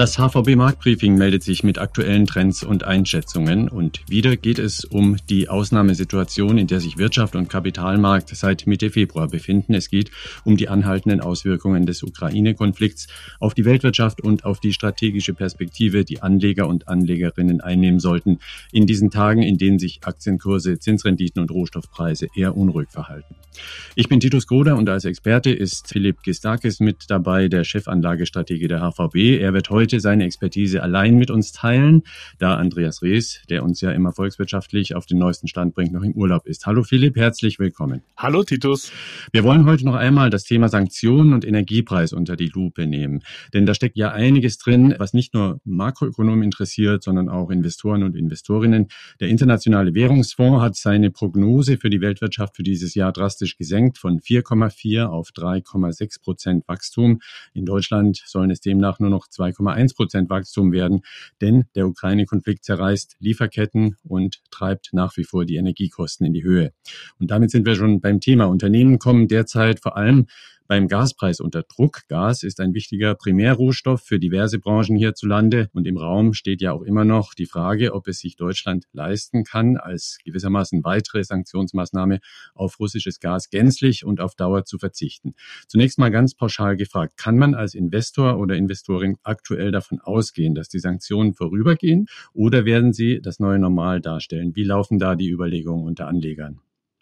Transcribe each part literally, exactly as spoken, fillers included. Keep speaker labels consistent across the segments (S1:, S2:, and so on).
S1: Das H V B-Marktbriefing meldet sich mit aktuellen Trends und Einschätzungen. Und wieder geht es um die Ausnahmesituation, in der sich Wirtschaft und Kapitalmarkt seit Mitte Februar befinden. Es geht um die anhaltenden Auswirkungen des Ukraine-Konflikts auf die Weltwirtschaft und auf die strategische Perspektive, die Anleger und Anlegerinnen einnehmen sollten in diesen Tagen, in denen sich Aktienkurse, Zinsrenditen und Rohstoffpreise eher unruhig verhalten. Ich bin Titus Groder und als Experte ist Philipp Gistakis mit dabei, der Chefanlagestratege der H V B. Er wird heute seine Expertise allein mit uns teilen, da Andreas Rees, der uns ja immer volkswirtschaftlich auf den neuesten Stand bringt, noch im Urlaub ist. Hallo Philipp, herzlich willkommen.
S2: Hallo Titus.
S1: Wir wollen heute noch einmal das Thema Sanktionen und Energiepreis unter die Lupe nehmen. Denn da steckt ja einiges drin, was nicht nur Makroökonomen interessiert, sondern auch Investoren und Investorinnen. Der Internationale Währungsfonds hat seine Prognose für die Weltwirtschaft für dieses Jahr drastisch gesenkt, von vier Komma vier auf drei Komma sechs Prozent Wachstum. In Deutschland sollen es demnach nur noch zwei Komma eins Prozent Wachstum werden, denn der Ukraine-Konflikt zerreißt Lieferketten und treibt nach wie vor die Energiekosten in die Höhe. Und damit sind wir schon beim Thema. Unternehmen kommen derzeit vor allem beim Gaspreis unter Druck. Gas ist ein wichtiger Primärrohstoff für diverse Branchen hierzulande. Und im Raum steht ja auch immer noch die Frage, ob es sich Deutschland leisten kann, als gewissermaßen weitere Sanktionsmaßnahme auf russisches Gas gänzlich und auf Dauer zu verzichten. Zunächst mal ganz pauschal gefragt, kann man als Investor oder Investorin aktuell davon ausgehen, dass die Sanktionen vorübergehen oder werden sie das neue Normal darstellen? Wie laufen da die Überlegungen unter Anlegern?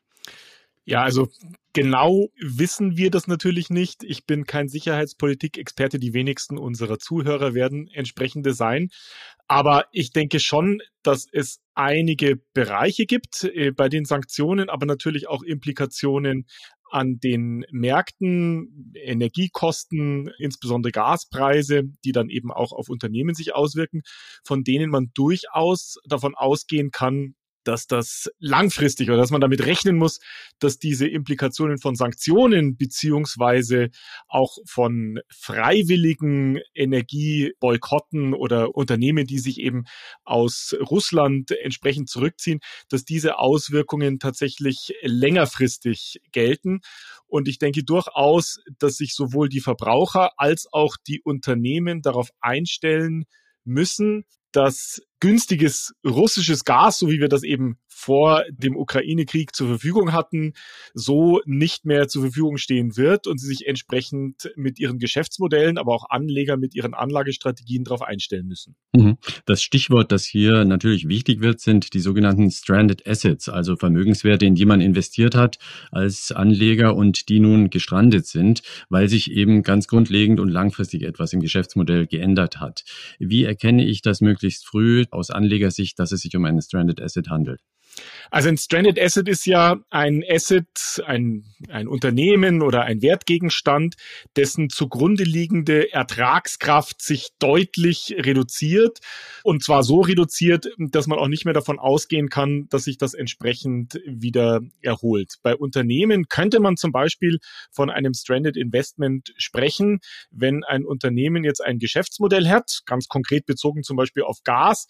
S2: Ja, also genau wissen wir das natürlich nicht. Ich bin kein Sicherheitspolitik-Experte. Die wenigsten unserer Zuhörer werden entsprechende sein. Aber ich denke schon, dass es einige Bereiche gibt äh, bei den Sanktionen, aber natürlich auch Implikationen an den Märkten, Energiekosten, insbesondere Gaspreise, die dann eben auch auf Unternehmen sich auswirken, von denen man durchaus davon ausgehen kann, dass das langfristig oder dass man damit rechnen muss, dass diese Implikationen von Sanktionen beziehungsweise auch von freiwilligen Energieboykotten oder Unternehmen, die sich eben aus Russland entsprechend zurückziehen, dass diese Auswirkungen tatsächlich längerfristig gelten. Und ich denke durchaus, dass sich sowohl die Verbraucher als auch die Unternehmen darauf einstellen müssen, dass günstiges russisches Gas, so wie wir das eben vor dem Ukraine-Krieg zur Verfügung hatten, so nicht mehr zur Verfügung stehen wird und sie sich entsprechend mit ihren Geschäftsmodellen, aber auch Anleger mit ihren Anlagestrategien darauf einstellen müssen.
S1: Das Stichwort, das hier natürlich wichtig wird, sind die sogenannten Stranded Assets, also Vermögenswerte, in die man investiert hat als Anleger und die nun gestrandet sind, weil sich eben ganz grundlegend und langfristig etwas im Geschäftsmodell geändert hat. Wie erkenne ich das möglichst früh aus Anlegersicht, dass es sich um einen Stranded Asset handelt?
S2: Also ein Stranded Asset ist ja ein Asset, ein, ein Unternehmen oder ein Wertgegenstand, dessen zugrunde liegende Ertragskraft sich deutlich reduziert. Und zwar so reduziert, dass man auch nicht mehr davon ausgehen kann, dass sich das entsprechend wieder erholt. Bei Unternehmen könnte man zum Beispiel von einem Stranded Investment sprechen, wenn ein Unternehmen jetzt ein Geschäftsmodell hat, ganz konkret bezogen zum Beispiel auf Gas,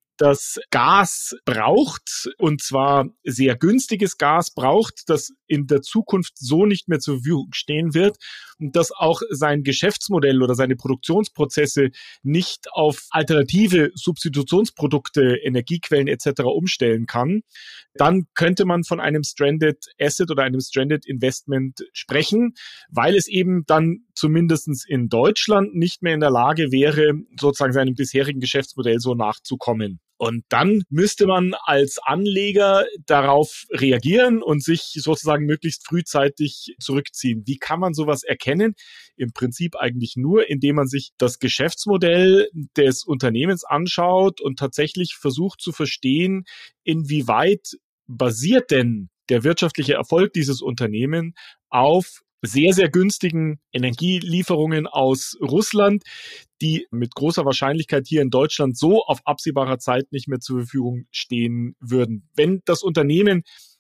S2: das Gas braucht, und zwar sehr günstiges Gas braucht, das in der Zukunft so nicht mehr zur Verfügung stehen wird und das auch sein Geschäftsmodell oder seine Produktionsprozesse nicht auf alternative Substitutionsprodukte, Energiequellen et cetera umstellen kann, dann könnte man von einem Stranded Asset oder einem Stranded Investment sprechen, weil es eben dann zumindest in Deutschland nicht mehr in der Lage wäre, sozusagen seinem bisherigen Geschäftsmodell so nachzukommen. Und dann müsste man als Anleger darauf reagieren und sich sozusagen möglichst frühzeitig zurückziehen. Wie kann man sowas erkennen? Im Prinzip eigentlich nur, indem man sich das Geschäftsmodell des Unternehmens anschaut und tatsächlich versucht zu verstehen, inwieweit basiert denn der wirtschaftliche Erfolg dieses Unternehmens auf sehr, sehr günstigen Energielieferungen aus Russland, die mit großer Wahrscheinlichkeit hier in Deutschland so auf absehbarer Zeit nicht mehr zur Verfügung stehen würden. Wenn das Unternehmen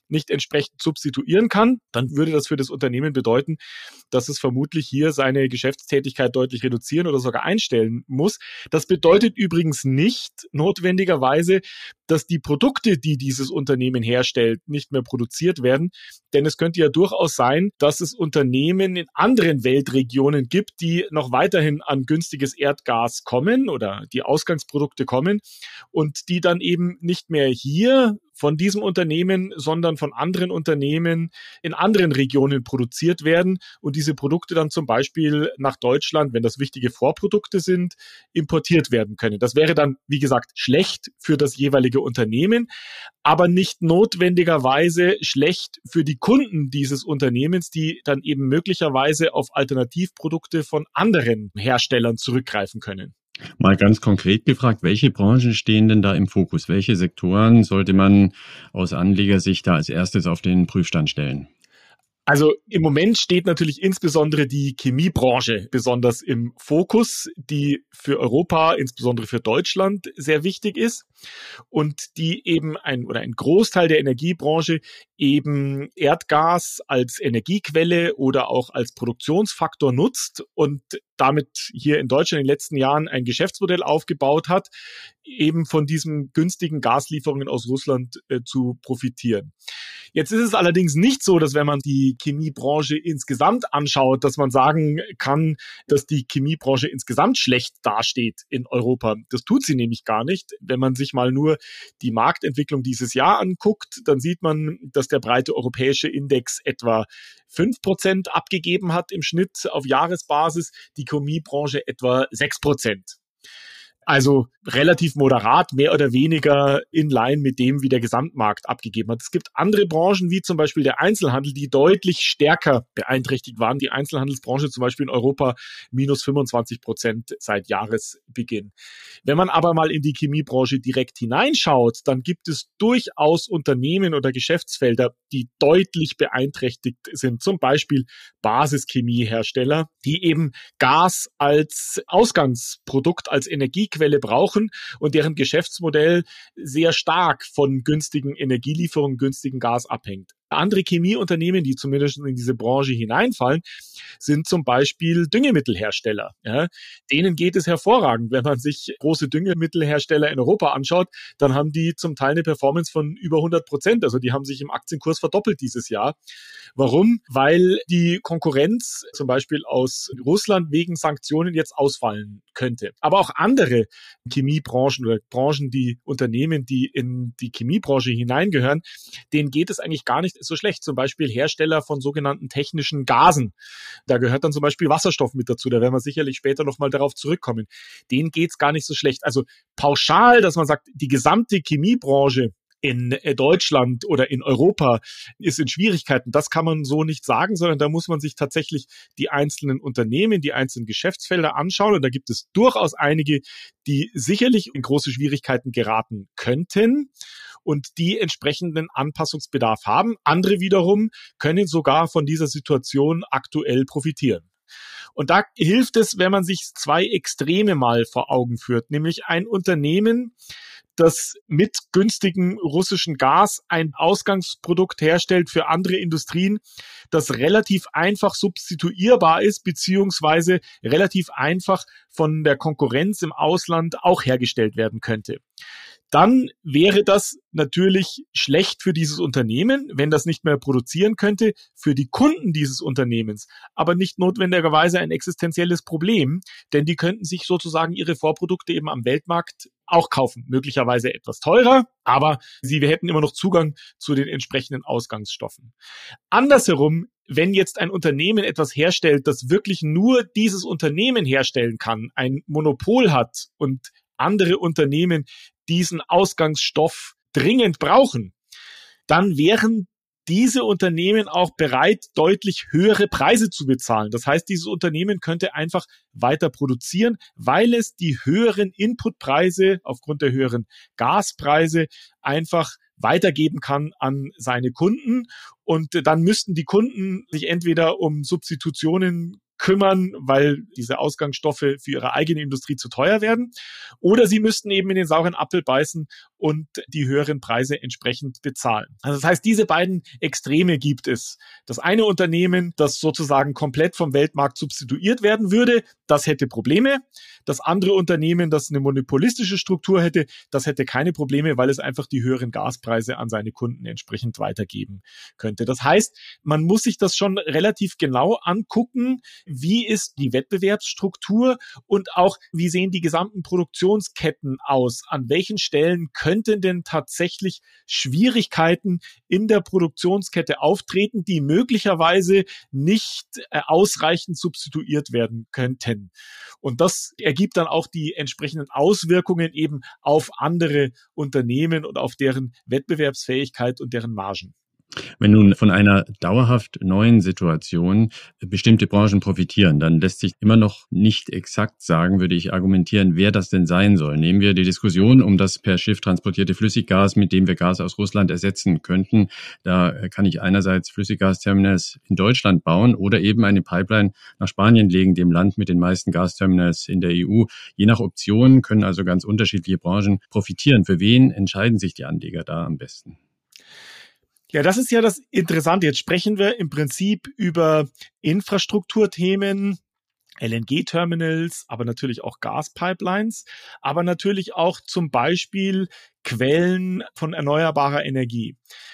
S2: nicht entsprechend substituieren kann, dann würde das für das Unternehmen bedeuten, dass es vermutlich hier seine Geschäftstätigkeit deutlich reduzieren oder sogar einstellen muss. Das bedeutet übrigens nicht notwendigerweise, dass die Produkte, die dieses Unternehmen herstellt, nicht mehr produziert werden. Denn es könnte ja durchaus sein, dass es Unternehmen in anderen Weltregionen gibt, die noch weiterhin an günstiges Erdgas kommen oder die Ausgangsprodukte kommen und die dann eben nicht mehr hier von diesem Unternehmen, sondern von anderen Unternehmen in anderen Regionen produziert werden und diese Produkte dann zum Beispiel nach Deutschland, wenn das wichtige Vorprodukte sind, importiert werden können. Das wäre dann, wie gesagt, schlecht für das jeweilige Unternehmen, aber nicht notwendigerweise schlecht für die Kunden dieses Unternehmens, die dann eben möglicherweise auf Alternativprodukte von anderen Herstellern zurückgreifen können.
S1: Mal ganz konkret gefragt, welche Branchen stehen denn da im Fokus? Welche Sektoren sollte man aus Anlegersicht da als erstes auf den Prüfstand stellen?
S2: Also im Moment steht natürlich insbesondere die Chemiebranche besonders im Fokus, die für Europa, insbesondere für Deutschland, sehr wichtig ist und die eben ein oder ein Großteil der Energiebranche eben Erdgas als Energiequelle oder auch als Produktionsfaktor nutzt und damit hier in Deutschland in den letzten Jahren ein Geschäftsmodell aufgebaut hat, eben von diesen günstigen Gaslieferungen aus Russland äh, zu profitieren. Jetzt ist es allerdings nicht so, dass wenn man die Chemiebranche insgesamt anschaut, dass man sagen kann, dass die Chemiebranche insgesamt schlecht dasteht in Europa. Das tut sie nämlich gar nicht. Wenn man sich mal nur die Marktentwicklung dieses Jahr anguckt, dann sieht man, dass der breite europäische Index etwa fünf Prozent abgegeben hat im Schnitt auf Jahresbasis, die Chemiebranche etwa sechs Prozent. Also relativ moderat, mehr oder weniger in line mit dem, wie der Gesamtmarkt abgegeben hat. Es gibt andere Branchen, wie zum Beispiel der Einzelhandel, die deutlich stärker beeinträchtigt waren. Die Einzelhandelsbranche zum Beispiel in Europa minus fünfundzwanzig Prozent seit Jahresbeginn. Wenn man aber mal in die Chemiebranche direkt hineinschaut, dann gibt es durchaus Unternehmen oder Geschäftsfelder, die deutlich beeinträchtigt sind. Zum Beispiel Basischemiehersteller, die eben Gas als Ausgangsprodukt, als Energiequelle brauchen und deren Geschäftsmodell sehr stark von günstigen Energielieferungen, günstigen Gas abhängt. Andere Chemieunternehmen, die zumindest in diese Branche hineinfallen, sind zum Beispiel Düngemittelhersteller. Ja, denen geht es hervorragend. Wenn man sich große Düngemittelhersteller in Europa anschaut, dann haben die zum Teil eine Performance von über hundert Prozent. Also die haben sich im Aktienkurs verdoppelt dieses Jahr. Warum? Weil die Konkurrenz zum Beispiel aus Russland wegen Sanktionen jetzt ausfallen könnte. Aber auch andere Chemiebranchen oder Branchen, die Unternehmen, die in die Chemiebranche hineingehören, denen geht es eigentlich gar nicht so schlecht. Zum Beispiel Hersteller von sogenannten technischen Gasen. Da gehört dann zum Beispiel Wasserstoff mit dazu. Da werden wir sicherlich später nochmal darauf zurückkommen. Denen geht's gar nicht so schlecht. Also pauschal, dass man sagt, die gesamte Chemiebranche in Deutschland oder in Europa ist in Schwierigkeiten. Das kann man so nicht sagen, sondern da muss man sich tatsächlich die einzelnen Unternehmen, die einzelnen Geschäftsfelder anschauen. Und da gibt es durchaus einige, die sicherlich in große Schwierigkeiten geraten könnten und die entsprechenden Anpassungsbedarf haben. Andere wiederum können sogar von dieser Situation aktuell profitieren. Und da hilft es, wenn man sich zwei Extreme mal vor Augen führt, nämlich ein Unternehmen, das mit günstigem russischen Gas ein Ausgangsprodukt herstellt für andere Industrien, das relativ einfach substituierbar ist, beziehungsweise relativ einfach von der Konkurrenz im Ausland auch hergestellt werden könnte. Dann wäre das natürlich schlecht für dieses Unternehmen, wenn das nicht mehr produzieren könnte, für die Kunden dieses Unternehmens, aber nicht notwendigerweise ein existenzielles Problem, denn die könnten sich sozusagen ihre Vorprodukte eben am Weltmarkt auch kaufen, möglicherweise etwas teurer, aber sie hätten immer noch Zugang zu den entsprechenden Ausgangsstoffen. Andersherum, wenn jetzt ein Unternehmen etwas herstellt, das wirklich nur dieses Unternehmen herstellen kann, ein Monopol hat und andere Unternehmen diesen Ausgangsstoff dringend brauchen, dann wären diese Unternehmen auch bereit, deutlich höhere Preise zu bezahlen. Das heißt, dieses Unternehmen könnte einfach weiter produzieren, weil es die höheren Inputpreise aufgrund der höheren Gaspreise einfach weitergeben kann an seine Kunden. Und dann müssten die Kunden sich entweder um Substitutionen kümmern, weil diese Ausgangsstoffe für ihre eigene Industrie zu teuer werden. Oder sie müssten eben in den sauren Apfel beißen und die höheren Preise entsprechend bezahlen. Also das heißt, diese beiden Extreme gibt es. Das eine Unternehmen, das sozusagen komplett vom Weltmarkt substituiert werden würde, das hätte Probleme. Das andere Unternehmen, das eine monopolistische Struktur hätte, das hätte keine Probleme, weil es einfach die höheren Gaspreise an seine Kunden entsprechend weitergeben könnte. Das heißt, man muss sich das schon relativ genau angucken, wie ist die Wettbewerbsstruktur und auch, wie sehen die gesamten Produktionsketten aus? An welchen Stellen könnten denn tatsächlich Schwierigkeiten in der Produktionskette auftreten, die möglicherweise nicht äh, ausreichend substituiert werden könnten? Und das ergibt dann auch die entsprechenden Auswirkungen eben auf andere Unternehmen und auf deren Wettbewerbsfähigkeit und deren Margen.
S1: Wenn nun von einer dauerhaft neuen Situation bestimmte Branchen profitieren, dann lässt sich immer noch nicht exakt sagen, würde ich argumentieren, wer das denn sein soll. Nehmen wir die Diskussion um das per Schiff transportierte Flüssiggas, mit dem wir Gas aus Russland ersetzen könnten. Da kann ich einerseits Flüssiggasterminals in Deutschland bauen oder eben eine Pipeline nach Spanien legen, dem Land mit den meisten Gasterminals in der E U. Je nach Option können also ganz unterschiedliche Branchen profitieren. Für wen entscheiden sich die Anleger da am besten?
S2: Ja, das ist ja das Interessante. Jetzt sprechen wir im Prinzip über Infrastrukturthemen, L N G-Terminals, aber natürlich auch Gaspipelines, aber natürlich auch zum Beispiel Quellen von erneuerbarer Energie.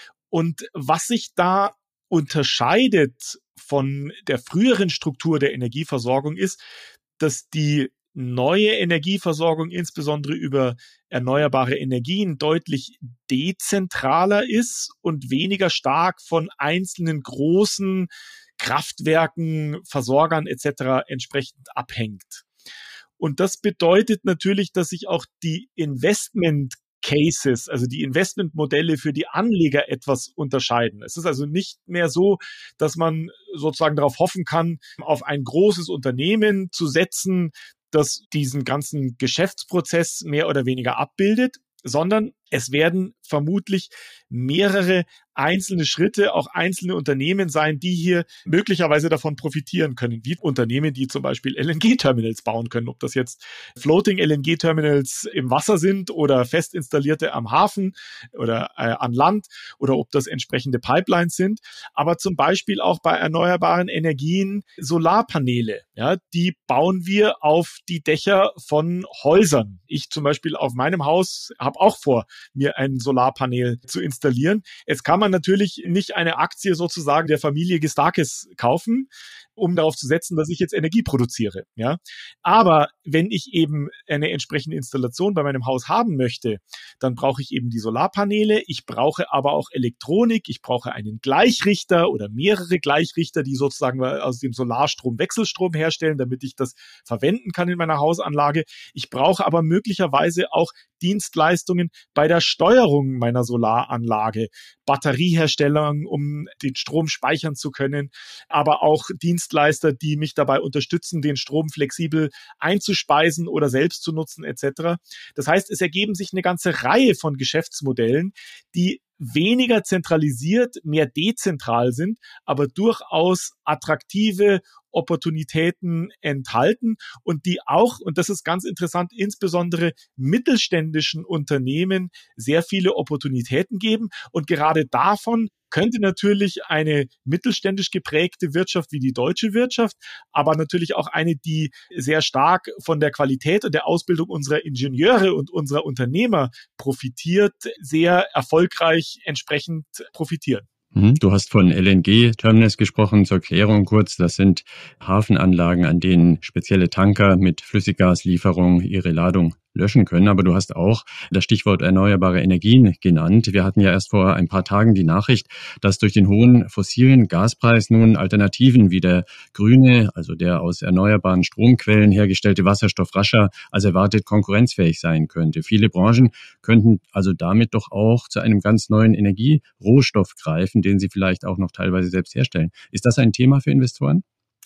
S2: Und was sich da unterscheidet von der früheren Struktur der Energieversorgung ist, dass die neue Energieversorgung insbesondere über erneuerbare Energien deutlich dezentraler ist und weniger stark von einzelnen großen Kraftwerken, Versorgern et cetera entsprechend abhängt. Und das bedeutet natürlich, dass sich auch die Investment Cases, also die Investmentmodelle für die Anleger etwas unterscheiden. Es ist also nicht mehr so, dass man sozusagen darauf hoffen kann, auf ein großes Unternehmen zu setzen, das diesen ganzen Geschäftsprozess mehr oder weniger abbildet, sondern es werden vermutlich mehrere einzelne Schritte, auch einzelne Unternehmen sein, die hier möglicherweise davon profitieren können, wie Unternehmen, die zum Beispiel L N G-Terminals bauen können, ob das jetzt Floating L N G-Terminals im Wasser sind oder fest installierte am Hafen oder äh, an Land oder ob das entsprechende Pipelines sind, aber zum Beispiel auch bei erneuerbaren Energien Solarpaneele, ja, die bauen wir auf die Dächer von Häusern. Ich zum Beispiel auf meinem Haus habe auch vor, mir ein Solarpanel zu installieren. Jetzt kann man natürlich nicht eine Aktie sozusagen der Familie Gestakis kaufen, um darauf zu setzen, dass ich jetzt Energie produziere. Ja, aber wenn ich eben eine entsprechende Installation bei meinem Haus haben möchte, dann brauche ich eben die Solarpaneele. Ich brauche aber auch Elektronik. Ich brauche einen Gleichrichter oder mehrere Gleichrichter, die sozusagen aus dem Solarstrom Wechselstrom herstellen, damit ich das verwenden kann in meiner Hausanlage. Ich brauche aber möglicherweise auch Dienstleistungen bei der Steuerung meiner Solaranlage, Batterieherstellung, um den Strom speichern zu können, aber auch Dienstleister, die mich dabei unterstützen, den Strom flexibel einzuspeisen oder selbst zu nutzen et cetera. Das heißt, es ergeben sich eine ganze Reihe von Geschäftsmodellen, die weniger zentralisiert, mehr dezentral sind, aber durchaus attraktive Opportunitäten enthalten und die auch, und das ist ganz interessant, insbesondere mittelständischen Unternehmen sehr viele Opportunitäten geben. Und gerade davon könnte natürlich eine mittelständisch geprägte Wirtschaft wie die deutsche Wirtschaft, aber natürlich auch eine, die sehr stark von der Qualität und der Ausbildung unserer Ingenieure und unserer Unternehmer profitiert, sehr erfolgreich entsprechend profitieren.
S1: Du hast von L N G-Terminals gesprochen. Zur Klärung kurz, das sind Hafenanlagen, an denen spezielle Tanker mit Flüssiggaslieferung ihre Ladung löschen können. Aber du hast auch das Stichwort erneuerbare Energien genannt. Wir hatten ja erst vor ein paar Tagen die Nachricht, dass durch den hohen fossilen Gaspreis nun Alternativen wie der grüne, also der aus erneuerbaren Stromquellen hergestellte Wasserstoff rascher als erwartet konkurrenzfähig sein könnte. Viele Branchen könnten also damit doch auch zu einem ganz neuen Energierohstoff greifen, den sie vielleicht auch noch teilweise selbst herstellen. Ist das ein Thema für Investoren?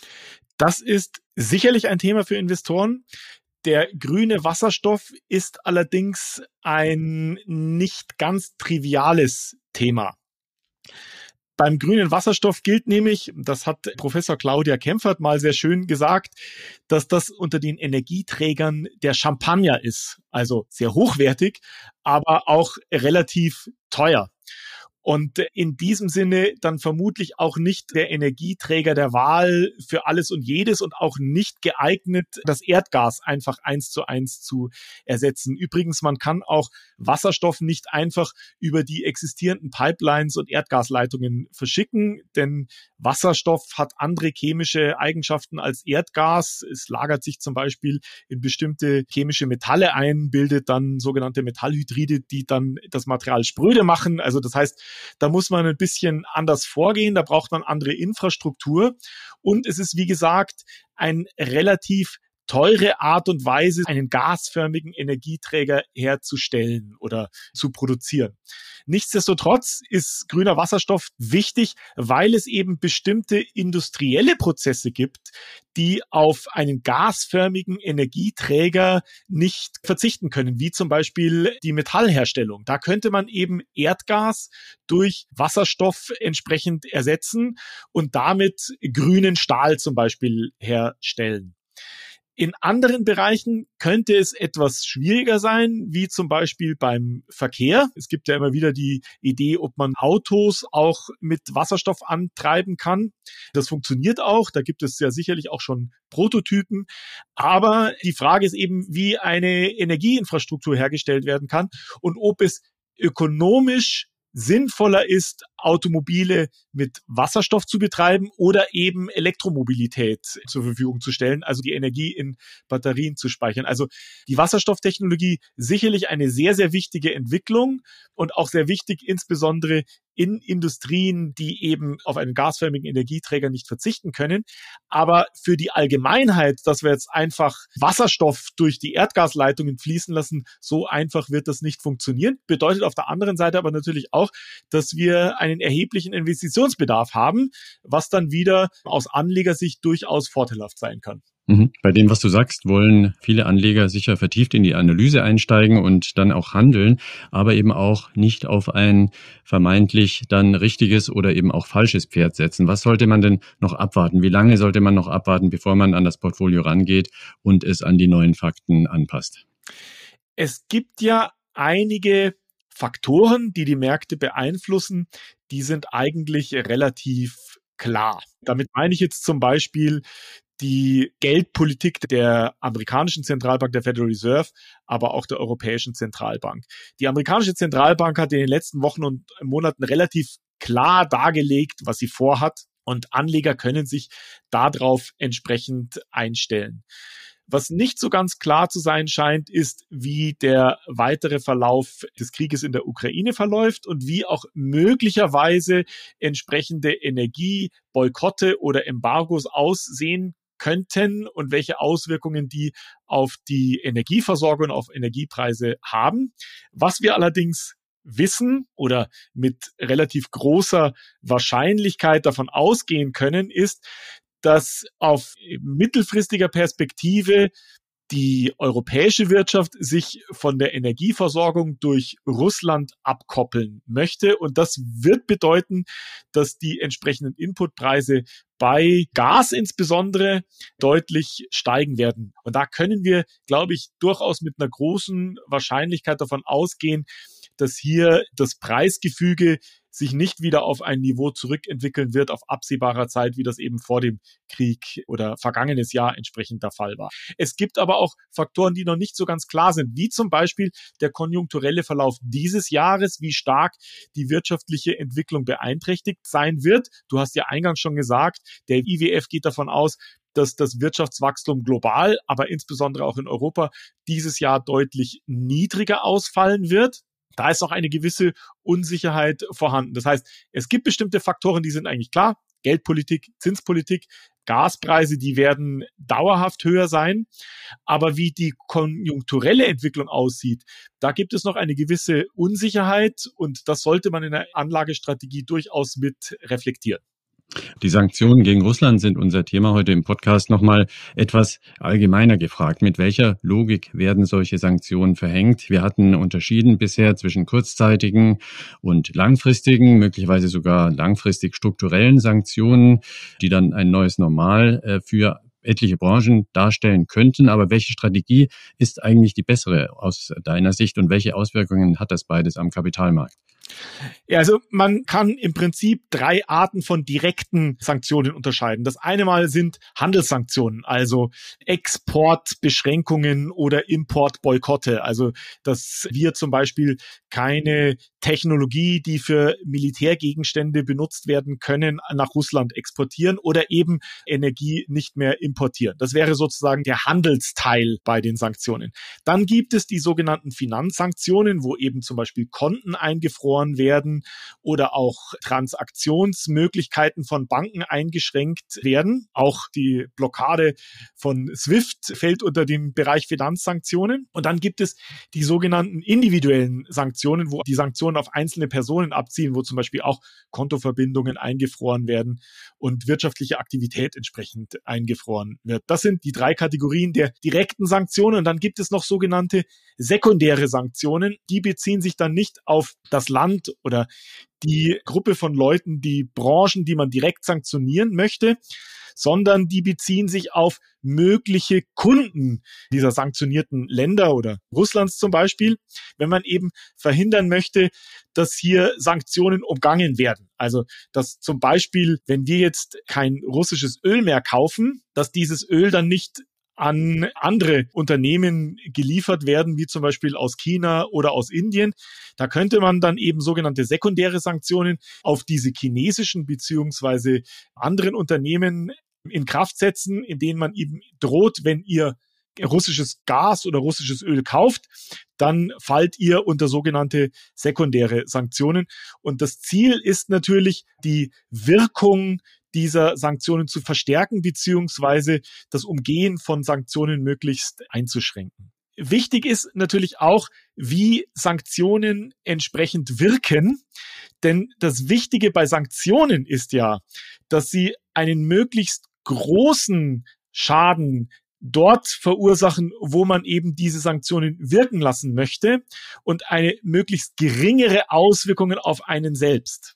S2: Das ist sicherlich ein Thema für Investoren. Der grüne Wasserstoff ist allerdings ein nicht ganz triviales Thema. Beim grünen Wasserstoff gilt nämlich, das hat Professor Claudia Kempfert mal sehr schön gesagt, dass das unter den Energieträgern der Champagner ist. Also sehr hochwertig, aber auch relativ teuer. Und in diesem Sinne dann vermutlich auch nicht der Energieträger der Wahl für alles und jedes und auch nicht geeignet, das Erdgas einfach eins zu eins zu ersetzen. Übrigens, man kann auch Wasserstoff nicht einfach über die existierenden Pipelines und Erdgasleitungen verschicken, denn Wasserstoff hat andere chemische Eigenschaften als Erdgas. Es lagert sich zum Beispiel in bestimmte chemische Metalle ein, bildet dann sogenannte Metallhydride, die dann das Material spröde machen. Also das heißt, da muss man ein bisschen anders vorgehen, da braucht man andere Infrastruktur und es ist, wie gesagt, ein relativ teure Art und Weise, einen gasförmigen Energieträger herzustellen oder zu produzieren. Nichtsdestotrotz ist grüner Wasserstoff wichtig, weil es eben bestimmte industrielle Prozesse gibt, die auf einen gasförmigen Energieträger nicht verzichten können, wie zum Beispiel die Metallherstellung. Da könnte man eben Erdgas durch Wasserstoff entsprechend ersetzen und damit grünen Stahl zum Beispiel herstellen. In anderen Bereichen könnte es etwas schwieriger sein, wie zum Beispiel beim Verkehr. Es gibt ja immer wieder die Idee, ob man Autos auch mit Wasserstoff antreiben kann. Das funktioniert auch. Da gibt es ja sicherlich auch schon Prototypen. Aber die Frage ist eben, wie eine Energieinfrastruktur hergestellt werden kann und ob es ökonomisch sinnvoller ist, Automobile mit Wasserstoff zu betreiben oder eben Elektromobilität zur Verfügung zu stellen, also die Energie in Batterien zu speichern. Also die Wasserstofftechnologie sicherlich eine sehr, sehr wichtige Entwicklung und auch sehr wichtig, insbesondere in Industrien, die eben auf einen gasförmigen Energieträger nicht verzichten können. Aber für die Allgemeinheit, dass wir jetzt einfach Wasserstoff durch die Erdgasleitungen fließen lassen, so einfach wird das nicht funktionieren. Bedeutet auf der anderen Seite aber natürlich auch, dass wir einen erheblichen Investitionsbedarf haben, was dann wieder aus Anlegersicht durchaus vorteilhaft sein kann.
S1: Mhm. Bei dem, was du sagst, wollen viele Anleger sicher vertieft in die Analyse einsteigen und dann auch handeln, aber eben auch nicht auf ein vermeintlich dann richtiges oder eben auch falsches Pferd setzen. Was sollte man denn noch abwarten? Wie lange sollte man noch abwarten, bevor man an das Portfolio rangeht und es an die neuen Fakten anpasst?
S2: Es gibt ja einige Faktoren, die die Märkte beeinflussen, die sind eigentlich relativ klar. Damit meine ich jetzt zum Beispiel die Geldpolitik der amerikanischen Zentralbank, der Federal Reserve, aber auch der Europäischen Zentralbank. Die amerikanische Zentralbank hat in den letzten Wochen und Monaten relativ klar dargelegt, was sie vorhat, und Anleger können sich darauf entsprechend einstellen. Was nicht so ganz klar zu sein scheint, ist, wie der weitere Verlauf des Krieges in der Ukraine verläuft und wie auch möglicherweise entsprechende Energieboykotte oder Embargos aussehen könnten und welche Auswirkungen die auf die Energieversorgung und auf Energiepreise haben. Was wir allerdings wissen oder mit relativ großer Wahrscheinlichkeit davon ausgehen können, ist, dass auf mittelfristiger Perspektive die europäische Wirtschaft sich von der Energieversorgung durch Russland abkoppeln möchte. Und das wird bedeuten, dass die entsprechenden Inputpreise bei Gas insbesondere deutlich steigen werden. Und da können wir, glaube ich, durchaus mit einer großen Wahrscheinlichkeit davon ausgehen, dass hier das Preisgefüge sich nicht wieder auf ein Niveau zurückentwickeln wird auf absehbarer Zeit, wie das eben vor dem Krieg oder vergangenes Jahr entsprechend der Fall war. Es gibt aber auch Faktoren, die noch nicht so ganz klar sind, wie zum Beispiel der konjunkturelle Verlauf dieses Jahres, wie stark die wirtschaftliche Entwicklung beeinträchtigt sein wird. Du hast ja eingangs schon gesagt, der I W F geht davon aus, dass das Wirtschaftswachstum global, aber insbesondere auch in Europa dieses Jahr deutlich niedriger ausfallen wird. Da ist noch eine gewisse Unsicherheit vorhanden. Das heißt, es gibt bestimmte Faktoren, die sind eigentlich klar. Geldpolitik, Zinspolitik, Gaspreise, die werden dauerhaft höher sein. Aber wie die konjunkturelle Entwicklung aussieht, da gibt es noch eine gewisse Unsicherheit und das sollte man in der Anlagestrategie durchaus mit reflektieren.
S1: Die Sanktionen gegen Russland sind unser Thema heute im Podcast nochmal etwas allgemeiner gefragt. Mit welcher Logik werden solche Sanktionen verhängt? Wir hatten unterschieden bisher zwischen kurzzeitigen und langfristigen, möglicherweise sogar langfristig strukturellen Sanktionen, die dann ein neues Normal äh, für etliche Branchen darstellen könnten. Aber welche Strategie ist eigentlich die bessere aus deiner Sicht und welche Auswirkungen hat das beides am Kapitalmarkt?
S2: Ja, also man kann im Prinzip drei Arten von direkten Sanktionen unterscheiden. Das eine Mal sind Handelssanktionen, also Exportbeschränkungen oder Importboykotte. Also dass wir zum Beispiel keine Technologie, die für Militärgegenstände benutzt werden können, nach Russland exportieren oder eben Energie nicht mehr importieren. Das wäre sozusagen der Handelsteil bei den Sanktionen. Dann gibt es die sogenannten Finanzsanktionen, wo eben zum Beispiel Konten eingefroren werden oder auch Transaktionsmöglichkeiten von Banken eingeschränkt werden. Auch die Blockade von SWIFT fällt unter den Bereich Finanzsanktionen. Und dann gibt es die sogenannten individuellen Sanktionen, wo die Sanktionen auf einzelne Personen abzielen, wo zum Beispiel auch Kontoverbindungen eingefroren werden und wirtschaftliche Aktivität entsprechend eingefroren wird. Das sind die drei Kategorien der direkten Sanktionen. Und dann gibt es noch sogenannte sekundäre Sanktionen. Die beziehen sich dann nicht auf das Land oder die Gruppe von Leuten, die Branchen, die man direkt sanktionieren möchte, sondern die beziehen sich auf mögliche Kunden dieser sanktionierten Länder oder Russlands zum Beispiel, wenn man eben verhindern möchte, dass hier Sanktionen umgangen werden. Also, dass zum Beispiel, wenn wir jetzt kein russisches Öl mehr kaufen, dass dieses Öl dann nicht an andere Unternehmen geliefert werden, wie zum Beispiel aus China oder aus Indien. Da könnte man dann eben sogenannte sekundäre Sanktionen auf diese chinesischen beziehungsweise anderen Unternehmen in Kraft setzen, in denen man eben droht, wenn ihr russisches Gas oder russisches Öl kauft, dann fallt ihr unter sogenannte sekundäre Sanktionen. Und das Ziel ist natürlich, die Wirkung dieser Sanktionen zu verstärken, beziehungsweise das Umgehen von Sanktionen möglichst einzuschränken. Wichtig ist natürlich auch, wie Sanktionen entsprechend wirken, denn das Wichtige bei Sanktionen ist ja, dass sie einen möglichst großen Schaden dort verursachen, wo man eben diese Sanktionen wirken lassen möchte und eine möglichst geringere Auswirkungen auf einen selbst.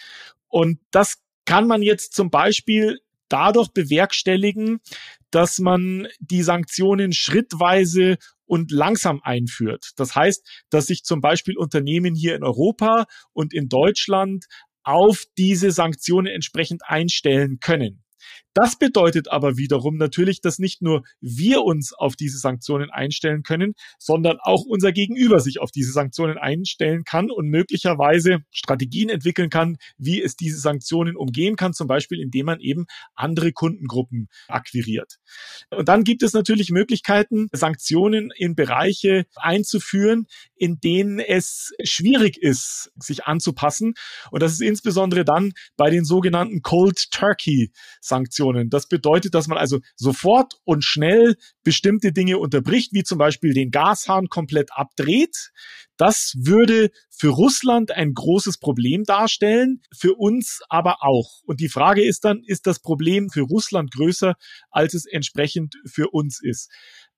S2: Und das kann man jetzt zum Beispiel dadurch bewerkstelligen, dass man die Sanktionen schrittweise und langsam einführt. Das heißt, dass sich zum Beispiel Unternehmen hier in Europa und in Deutschland auf diese Sanktionen entsprechend einstellen können. Das bedeutet aber wiederum natürlich, dass nicht nur wir uns auf diese Sanktionen einstellen können, sondern auch unser Gegenüber sich auf diese Sanktionen einstellen kann und möglicherweise Strategien entwickeln kann, wie es diese Sanktionen umgehen kann, zum Beispiel indem man eben andere Kundengruppen akquiriert. Und dann gibt es natürlich Möglichkeiten, Sanktionen in Bereiche einzuführen, in denen es schwierig ist, sich anzupassen. Und das ist insbesondere dann bei den sogenannten Cold Turkey Sanktionen. Das bedeutet, dass man also sofort und schnell bestimmte Dinge unterbricht, wie zum Beispiel den Gashahn komplett abdreht. Das würde für Russland ein großes Problem darstellen, für uns aber auch. Und die Frage ist dann, ist das Problem für Russland größer, als es entsprechend für uns ist?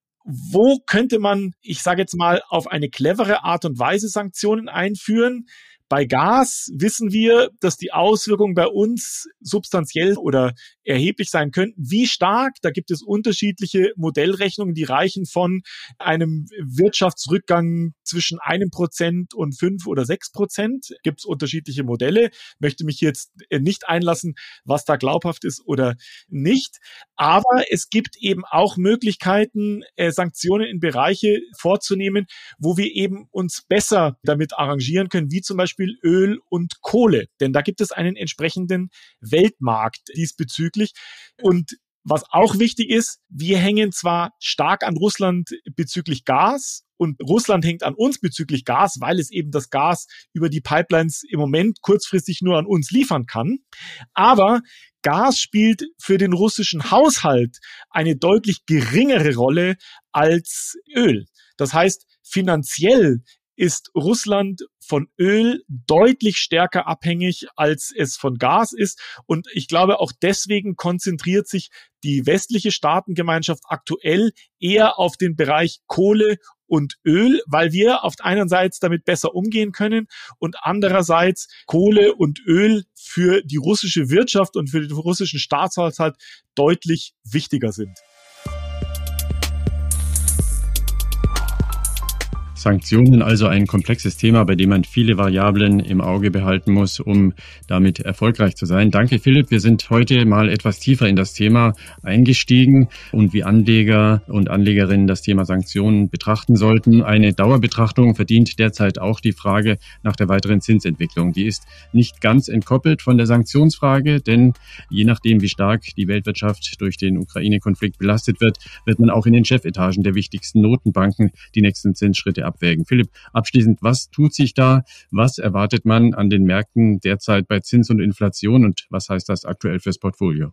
S2: Wo könnte man, ich sage jetzt mal, auf eine clevere Art und Weise Sanktionen einführen? Bei Gas wissen wir, dass die Auswirkungen bei uns substanziell oder erheblich sein könnten. Wie stark? Da gibt es unterschiedliche Modellrechnungen, die reichen von einem Wirtschaftsrückgang zwischen einem Prozent und fünf oder sechs Prozent. Gibt es unterschiedliche Modelle. Möchte mich jetzt nicht einlassen, was da glaubhaft ist oder nicht. Aber es gibt eben auch Möglichkeiten, Sanktionen in Bereiche vorzunehmen, wo wir eben uns besser damit arrangieren können, wie zum Beispiel Öl und Kohle. Denn da gibt es einen entsprechenden Weltmarkt diesbezüglich. Und was auch wichtig ist, wir hängen zwar stark an Russland bezüglich Gas und Russland hängt an uns bezüglich Gas, weil es eben das Gas über die Pipelines im Moment kurzfristig nur an uns liefern kann. Aber Gas spielt für den russischen Haushalt eine deutlich geringere Rolle als Öl. Das heißt, finanziell ist Russland von Öl deutlich stärker abhängig, als es von Gas ist. Und ich glaube, auch deswegen konzentriert sich die westliche Staatengemeinschaft aktuell eher auf den Bereich Kohle und Öl, weil wir auf der einen Seite damit besser umgehen können und andererseits Kohle und Öl für die russische Wirtschaft und für den russischen Staatshaushalt deutlich wichtiger sind.
S1: Sanktionen, also ein komplexes Thema, bei dem man viele Variablen im Auge behalten muss, um damit erfolgreich zu sein. Danke, Philipp. Wir sind heute mal etwas tiefer in das Thema eingestiegen und wie Anleger und Anlegerinnen das Thema Sanktionen betrachten sollten. Eine Dauerbetrachtung verdient derzeit auch die Frage nach der weiteren Zinsentwicklung. Die ist nicht ganz entkoppelt von der Sanktionsfrage, denn je nachdem, wie stark die Weltwirtschaft durch den Ukraine-Konflikt belastet wird, wird man auch in den Chefetagen der wichtigsten Notenbanken die nächsten Zinsschritte abwägen. Philipp, abschließend, was tut sich da? Was erwartet man an den Märkten derzeit bei Zins und Inflation und was heißt das aktuell fürs Portfolio?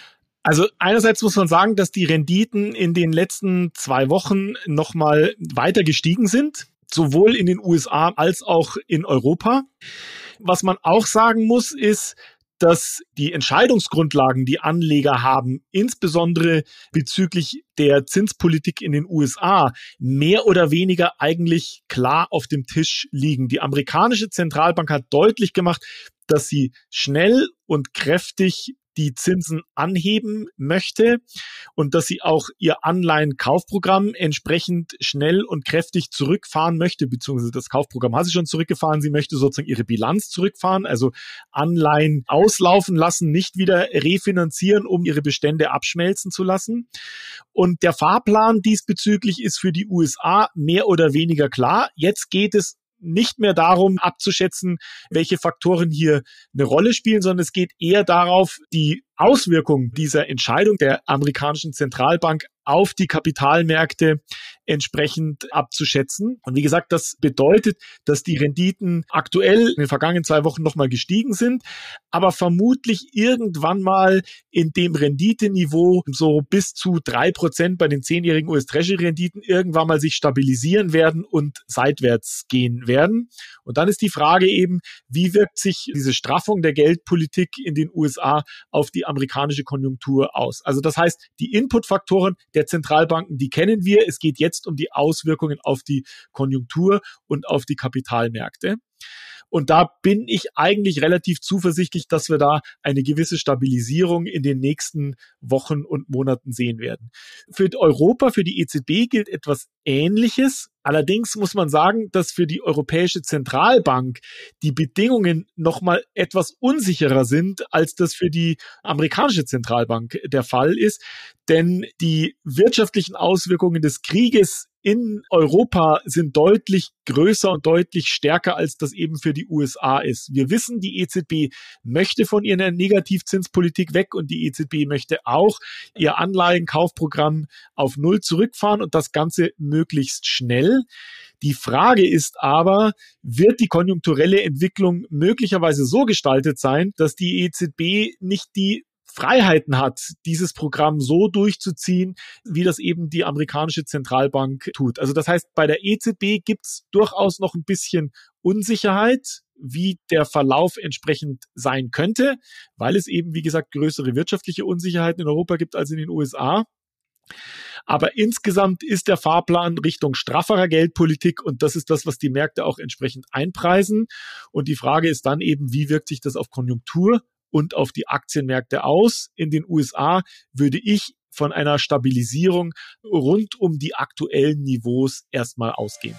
S2: Also einerseits muss man sagen, dass die Renditen in den letzten zwei Wochen nochmal weiter gestiegen sind, sowohl in den U S A als auch in Europa. Was man auch sagen muss, ist, dass die Entscheidungsgrundlagen, die Anleger haben, insbesondere bezüglich der Zinspolitik in den U S A, mehr oder weniger eigentlich klar auf dem Tisch liegen. Die amerikanische Zentralbank hat deutlich gemacht, dass sie schnell und kräftig die Zinsen anheben möchte und dass sie auch ihr Anleihenkaufprogramm entsprechend schnell und kräftig zurückfahren möchte, beziehungsweise das Kaufprogramm hat sie schon zurückgefahren. Sie möchte sozusagen ihre Bilanz zurückfahren, also Anleihen auslaufen lassen, nicht wieder refinanzieren, um ihre Bestände abschmelzen zu lassen. Und der Fahrplan diesbezüglich ist für die U S A mehr oder weniger klar. Jetzt geht es nicht mehr darum, abzuschätzen, welche Faktoren hier eine Rolle spielen, sondern es geht eher darauf, die Auswirkungen dieser Entscheidung der amerikanischen Zentralbank auf die Kapitalmärkte entsprechend abzuschätzen. Und wie gesagt, das bedeutet, dass die Renditen aktuell in den vergangenen zwei Wochen nochmal gestiegen sind, aber vermutlich irgendwann mal in dem Renditeniveau so bis zu drei Prozent bei den zehnjährigen U S-Treasury-Renditen irgendwann mal sich stabilisieren werden und seitwärts gehen werden. Und dann ist die Frage eben, wie wirkt sich diese Straffung der Geldpolitik in den U S A auf die amerikanische Konjunktur aus? Also das heißt, die Inputfaktoren der Zentralbanken, die kennen wir. Es geht jetzt um die Auswirkungen auf die Konjunktur und auf die Kapitalmärkte. Und da bin ich eigentlich relativ zuversichtlich, dass wir da eine gewisse Stabilisierung in den nächsten Wochen und Monaten sehen werden. Für Europa, für die E Z B gilt etwas Ähnliches. Allerdings muss man sagen, dass für die Europäische Zentralbank die Bedingungen nochmal etwas unsicherer sind, als das für die amerikanische Zentralbank der Fall ist. Denn die wirtschaftlichen Auswirkungen des Krieges in Europa sind deutlich größer und deutlich stärker, als das eben für die U S A ist. Wir wissen, die E Z B möchte von ihrer Negativzinspolitik weg und die E Z B möchte auch ihr Anleihenkaufprogramm auf Null zurückfahren und das Ganze möglichst schnell. Die Frage ist aber, wird die konjunkturelle Entwicklung möglicherweise so gestaltet sein, dass die E Z B nicht die Freiheiten hat, dieses Programm so durchzuziehen, wie das eben die amerikanische Zentralbank tut. Also das heißt, bei der E Z B gibt es durchaus noch ein bisschen Unsicherheit, wie der Verlauf entsprechend sein könnte, weil es eben, wie gesagt, größere wirtschaftliche Unsicherheiten in Europa gibt als in den U S A. Aber insgesamt ist der Fahrplan Richtung strafferer Geldpolitik und das ist das, was die Märkte auch entsprechend einpreisen. Und die Frage ist dann eben, wie wirkt sich das auf Konjunktur und auf die Aktienmärkte aus? In den U S A würde ich von einer Stabilisierung rund um die aktuellen Niveaus erstmal ausgehen.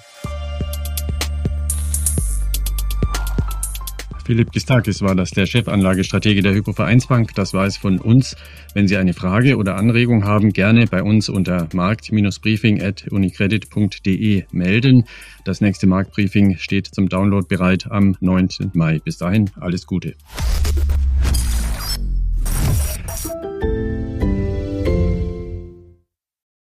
S1: Philipp Gistakis war das, der Chefanlagestratege der Hypo-Vereinsbank. Das war es von uns. Wenn Sie eine Frage oder Anregung haben, gerne bei uns unter markt-briefing at unicredit punkt de melden. Das nächste Marktbriefing steht zum Download bereit am neunten Mai. Bis dahin alles Gute.